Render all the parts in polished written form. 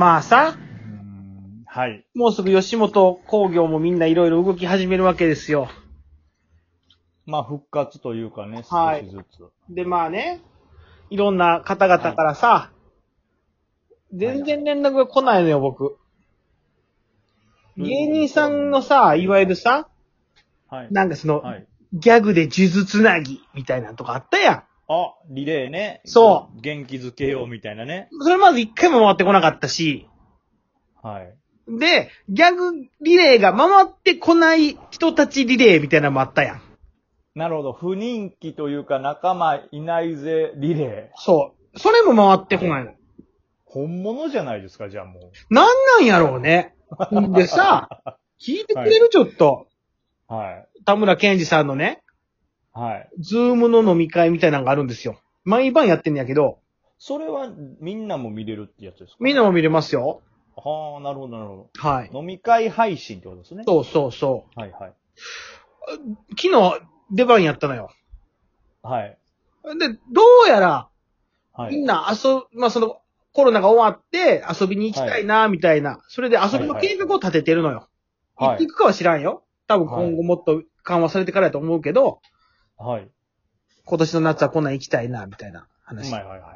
まあさ、 はい。 もうすぐ吉本興業もみんないろいろ動き始めるわけですよ。 まあ、復活というかね、 はい少しずつ。 で、まあね、いろんな方々からさ、全然連絡が来ないのよ、僕。芸人さんのさ、いわゆるさ、 はい。 なんかその、 はい。 ギャグで数珠つなぎみたいなのとかあったやん。 あ、リレーね。 そ元気づけようみたいなね。 それまず一回も回ってこなかったし、 はい。 で、ギャグリレーが回ってこない人たちリレーみたいなのもあったやん。 なるほど。不人気というか仲間いないぜリレー。 そう。それも回ってこないの。 本物じゃないですか、じゃあもなんなんやろうね。でさ、聞いてくれる、ちょっと。 う。はい。 田村健二さんのね、 はい。 ズームの飲み会みたいなのがあるんですよ。毎晩やってんやけど、 それはみんなも見れるってやつですか？ みんなも見れますよ。 はあ、なるほど、なるほはい。 ど。飲み会配信ってことですね。 そうそうそはいはい。 う。昨日出番やったのよ。 はい。 で、どうやら、 はい。 みんなまあ、その、コロナが終わって遊びに行きたいな、みたいな。それで遊びの計画を立ててるのよ。行はい。 っていくかは知らんよ。多分今後もっと緩和されてからやと思うけど、 はい。 今年の夏はこんなん行きたいな、みたいな話。 はいはいはい。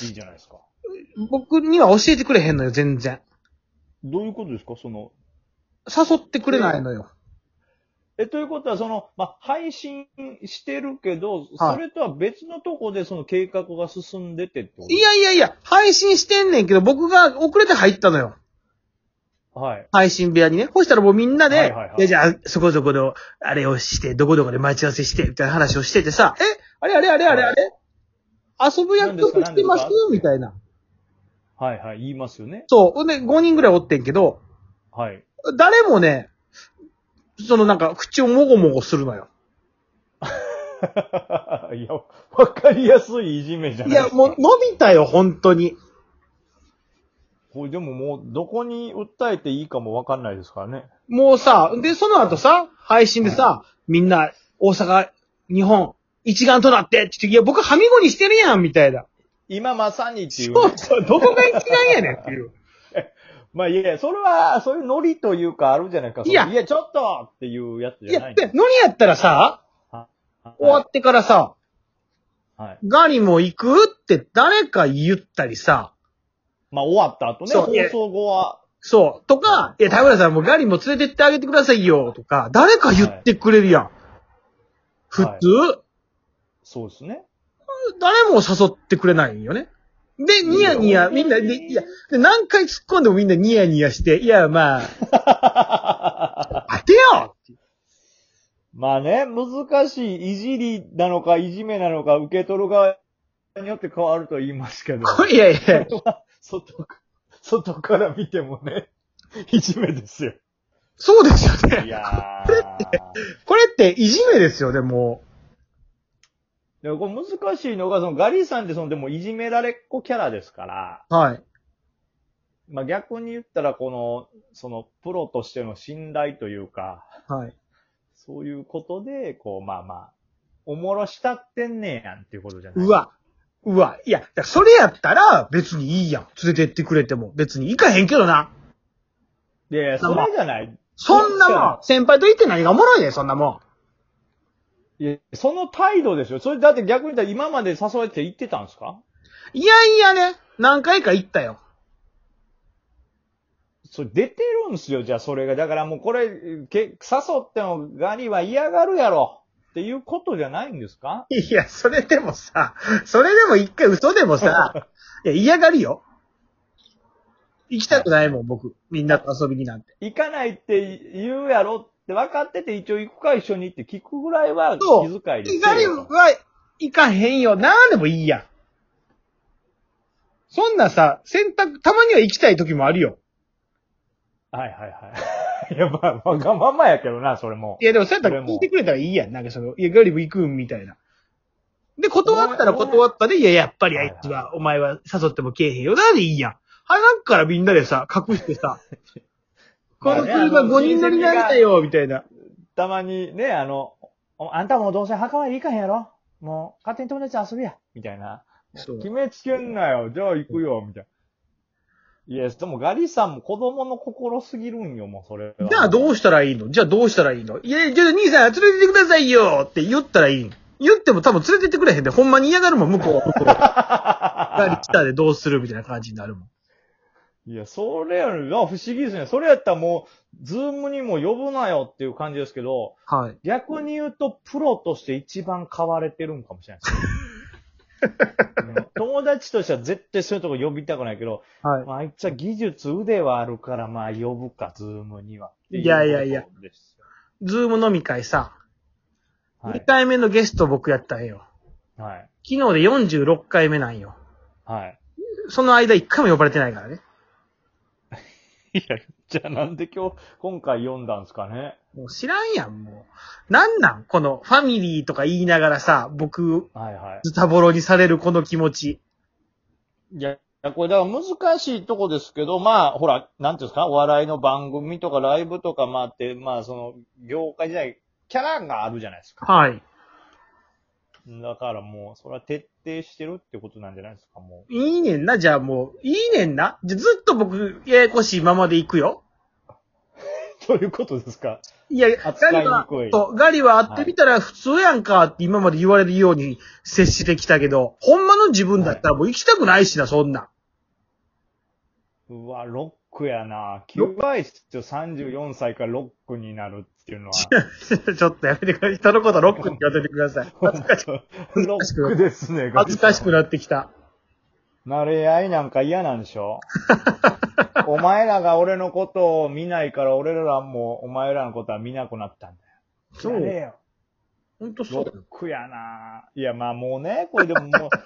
いいじゃないですか。 僕には教えてくれへんのよ、全然。 どういうことですか誘ってくれないのよ。 ということは、配信してるけど、 はいそれとは別のとこでその計画が進んでてってこといやいやいや、配信してんねんけど、僕が遅れて入ったのよ。 はい。 配信部屋にね。そしたらもうみんなで、 はいはいはいやじゃあ、そこそこの、あれをして、どこどこで待ち合わせして、みたいな話をしててさ、あれ遊ぶ約束してますみたいな。 はいはい、言いますよね。 そう。ほんで、5人ぐらいおってんけど、 はい。 誰もね、なんか、口をもごもごするのよ。 いや、わかりやすいいじめじゃいや、 ないですか。 もう、伸びたよ、本当に。 これでももう、どこに訴えていいかもわかんないですからね。 もうさ、で、その後さ、配信でさ、みんな、大阪、日本、一丸となってって言って、いや、僕はみごにしてるやん、みたいな。 今まさにっていう、 そうそう、どこが一丸やねんっていう。 まあいや、それは、そういうノリというかあるじゃないですか。 いやいや、ちょっとっていうやついや、 じゃないんですで、何やったらさ、終わってからさ、 はい。 ガリも行くって誰か言ったりさ、 まあ終わった後ね、 そういや放送後は、 そう、とか、いや、田村さんもうガリも連れてってあげてくださいよ、とか、誰か言ってくれるやん。普通、 そうですね。 誰も誘ってくれないんよね。で、ニヤニヤ、みんな、で、いや、で何回突っ込んでもみんなニヤニヤして、いや、まあ、当てよまあね、難しいいじりなのかいじめなのか受け取る側によって変わると言いますけど。 いやいや、 外から見てもね、いじめですよ。 そうですよね。 いやこれっていじめですよね、もでもこれ難しいのが、そのガリさんってでもいじめられっ子キャラですから、 う。はい。 まあ逆に言ったらプロとしての信頼というか、 はい。 そういうことで、おもろしたってんねやんっていうことじゃない。 うわ。いや、それやったら別にいいやん。連れてってくれても。別に行かへんけどな。 いやいや、それじゃない。 そんなもん。先輩と行って何がおもろいねん、そんなもん。 いや、その態度でしょ。それだって逆に言ったら今まで誘えって言ってたんですか？ いやいやね、何回か行ったよ。 それ出てるんすよ、じゃあそれが。だからもうこれ、誘ってもガリは嫌がるやろっていうことじゃないんですか？ いや、それでも一回嘘でもさ、いや、嫌がるよ。行きたくないもん、僕。みんなと遊びになんて。 行かないって言うやろって分かってて一応行くか一緒にって聞くぐらいは気そう遣いですよ。 ガリは行かへんよ。なんでもいいやん。そんなさ、たまには行きたい時もあるよ。 はいはいはい。いや、まあ、わがままやけどな、それも。 いや、でもそうやったら聞いてくれたらいいやん。なんかいや、ガリも行くんみたいな。で、断ったら断ったで、いや、やっぱりあいつは、お前は誘ってもけえへんよな、でいいやん。鼻からみんなでさ、隠してさ、この車5人乗りなんだよ、みたいな。 たまにね、あんたもどうせ墓参り行かへんやろもう、勝手に友達遊びや。みたいな。 そう決めつけんなよ。じゃあ行くよ。みたいいや、でもガリさんも子供の心すぎるんよ、もうそれは。 じゃあどうしたらいいのいや、じゃあ兄さん連れてってくださいよって言ったらいいん。言っても多分連れてってくれへんで、ほんまに嫌がるもん、向こう。ガリ来たでどうするみたいな感じになるもん。 いや、それやる不思議ですね。それやったらもう、ズームにも呼ぶなよっていう感じですけど、 はい。 逆に言うと、プロとして一番買われてるんかもしれないです。友達としては絶対そういうとこ呼びたくないけど、 はい。 まあ、あいつは技術腕はあるから、まあ呼ぶか、ズームには。 いやいやいやってうことですよ。 ズーム飲み会さ、 は 2回目のゲスト僕やったんよ。 い。はい。 昨日で46回目なんよ。 はい。 その間1回も呼ばれてないからね。 いや、じゃあなんで今回読んだんですかね。 もう知らんやん、もう。なんこのファミリーとか言いながらさ、僕、 はいはい。 ズタボロにされるこの気持ち。 いや、これだから難しいとこですけど、まあ、ほら、なんていうんですか、お笑いの番組とかライブとかまあって、まあその、業界時代、キャラがあるじゃないですか。 はい。 だからもう、それは徹底してるってことなんじゃないですか、もう。 いいねんな、じゃあもう。いいねんな。じゃあずっと僕、ややこしいままで行くよ。 どういうことですか？ いや、 扱いにくいガリは会ってみたら普通やんかって今まで言われるように接してきたけど、ほんまの自分だったらもう行きたくないしな、そんなん。 うわ、ロックやな。9倍っすよ、34歳からロックになるっていうのは。 ちょっとやめてください。人のことロックって言わせてください。恥ずかしく、 ロックですね、 恥ずかしくなってきた。 慣れ合いなんか嫌なんでしょ？お前らが俺のことを見ないから俺らもお前らのことは見なくなったんだよ。 そうやれよ。 ほんとそう。 ロックやな。いや、まあもうね、これでももう、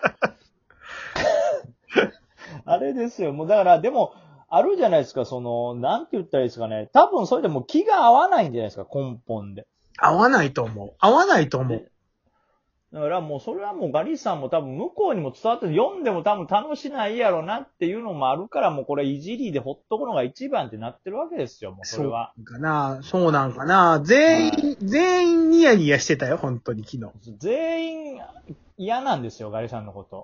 あれですよ。もうだから、でも、あるじゃないですか、その、なんて言ったらいいですかね。多分それでも気が合わないんじゃないですか、根本で。 合わないと思う。合わないと思う。 だからもうそれはもうガリさんも多分向こうにも伝わって読んでも多分楽しないやろなっていうのもあるからもうこれいじりでほっとくのが一番ってなってるわけですよ、もうそれは。 そうなんかな。全員ニヤニヤしてたよ、本当に昨日。 全員嫌なんですよ、ガリさんのこと。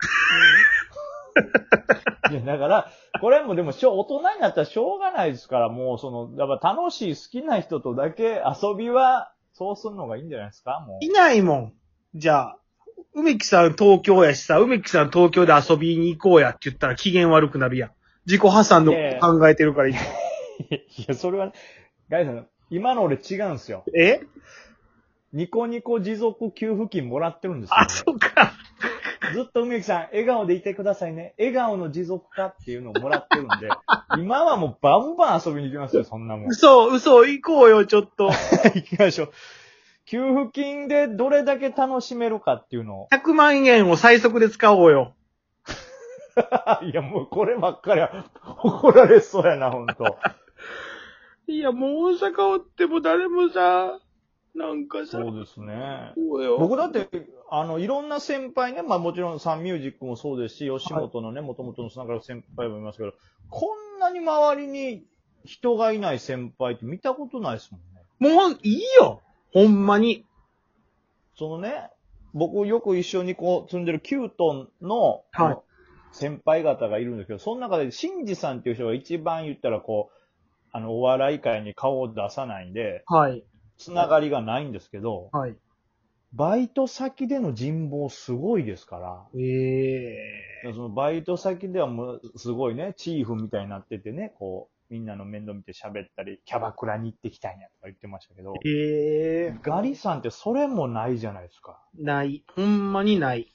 いや、だから、これもでも大人になったらしょうがないですから、もうその、やっぱ楽しい好きな人とだけ遊びは、そうするのがいいんじゃないですか、もう。 いないもん。じゃあ、梅木さん東京やしさ、梅木さん東京で遊びに行こうやって言ったら機嫌悪くなるやん。自己破産のこと考えてるから。 いや、それは、ガイさん、今の俺違うんですよ。 えニコニコ持続給付金もらってるんですよ、 あ、そうか。 ずっと梅木さん、笑顔でいてくださいね。笑顔の持続化っていうのをもらってるんで、今はもうバンバン遊びに行きますよ、そんなもん。 嘘、行こうよ、ちょっと。 行きましょう。給付金でどれだけ楽しめるかっていうのを。 100万円を最速で使おうよ。 いや、もうこればっかりは怒られそうやな、ほんと。 いや、もう大阪おっても誰もさ、なんかさ、 そうですね。 そうよ。 僕だって、いろんな先輩ね、まあもちろんサンミュージックもそうですし、吉本のね、元々のつながる先輩もいますけど、こんなに周りに人がいない先輩って見たことないですもんね。 もう、いいよ。ほんまに。 そのね、僕よく一緒にこう積んでるキュートンの、 はい先輩方がいるんですけど、その中で、シンジさんっていう人が一番言ったらこう、お笑い界に顔を出さないんで、 はい。 つながりがないんですけど、 はい。 バイト先での人望すごいですから、そのバイト先ではもうすごいね、チーフみたいになっててね、こう、みんなの面倒見て喋ったり、キャバクラに行ってきたんやとか言ってましたけど、ガリさんってそれもないじゃないですか。 ない。ほんまにない。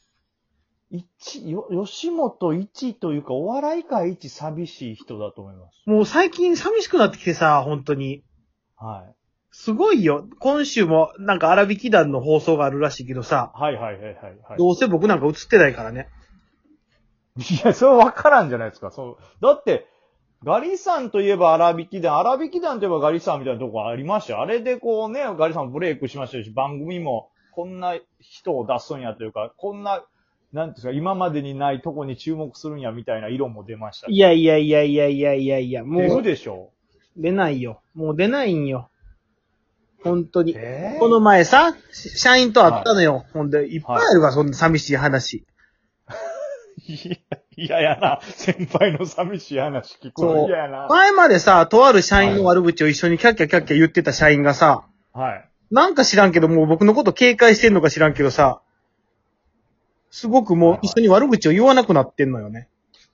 吉本一というか、お笑い界一寂しい人だと思います。 もう最近寂しくなってきてさ、本当に。 はい。 すごいよ。今週もなんか荒引き団の放送があるらしいけどさ、 はいはいはいはい、はい。 どうせ僕なんか映ってないからね。 いや、それはわからんじゃないですか。だって、ガリさんといえば荒引き団といえばガリさんみたいなとこありましたよ。あれでこうね、ガリさんブレイクしましたし、番組もこんな人を出すんやというか、こんな、なんていうんですか、今までにないとこに注目するんやみたいな色も出ました。 いや、も出るうでしょ出ないよ。もう出ないんよ。本当に。 この前さ、社員と会ったのよ。ほんで、いっぱいあるわ、そんな寂しい話。 嫌やな。先輩の寂しい話聞くそうの嫌やな。 前までさ、とある社員の悪口を一緒にキャッキャキャッキャ言ってた社員がさ、 はい。 なんか知らんけど、もう僕のこと警戒してんのか知らんけどさ、すごくもう一緒に悪口を言わなくなってんのよね。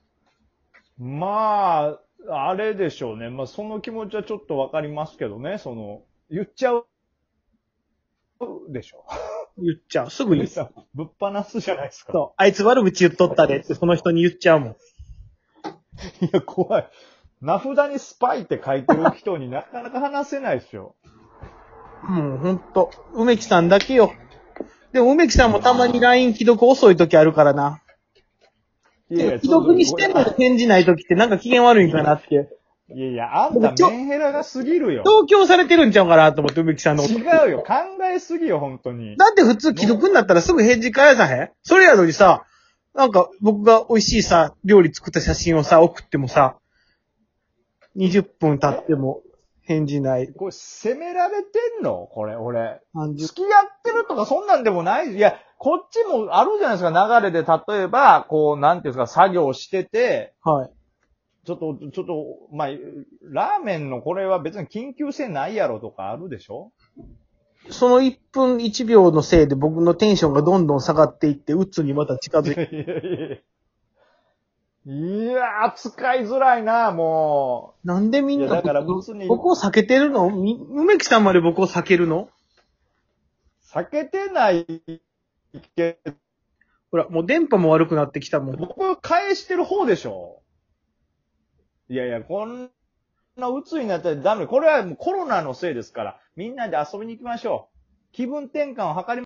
まあ、あれでしょうね。まあ、その気持ちはちょっとわかりますけどね。言っちゃうでしょ。 言っちゃう。すぐ言う。 さぶっ放すじゃないですか。 そう。あいつ悪口言っとったでってその人に言っちゃうもん。 いや、怖い。名札にスパイって書いてる人になかなか話せないですよ。 もうほんと、梅木さんだけよ。でも梅木さんもたまに LINE 既読遅い時あるからな。 いやいや、 既読にしてんのに返事ない時ってなんか機嫌悪いんかなって。 いやいや、あんたメンヘラが過ぎるよ。 東京されてるんちゃうかなと思って梅木さんのこと。 違うよ。考えすぎよ、本当に。 だって普通既読になったらすぐ返事返さへん？それやのにさ、なんか僕が美味しいさ、料理作った写真をさ、送ってもさ、20分経っても返事ない。 これ、責められてんのこれ、俺。 30 付き合ってるとかそんなんでもない。いや、こっちもあるじゃないですか、流れで。例えば、こう、なんていうんですか、作業してて、 はい。 ちょっと、まあ、ラーメンのこれは別に緊急性ないやろとかあるでしょ。 その1分1秒のせいで僕のテンションがどんどん下がっていって、鬱にまた近づいて。 いやー、使いづらいな、もなんでみんないやだから別に僕を避けてるの？梅木さんまで僕を避けるの？ う。避けてないけど、 ほら、もう電波も悪くなってきたもん。 僕返してる方でしょ。いやいや、こんな鬱になったらダメ。これはもうコロナのせいですから、みんなで遊びに行きましょう。気分転換を図り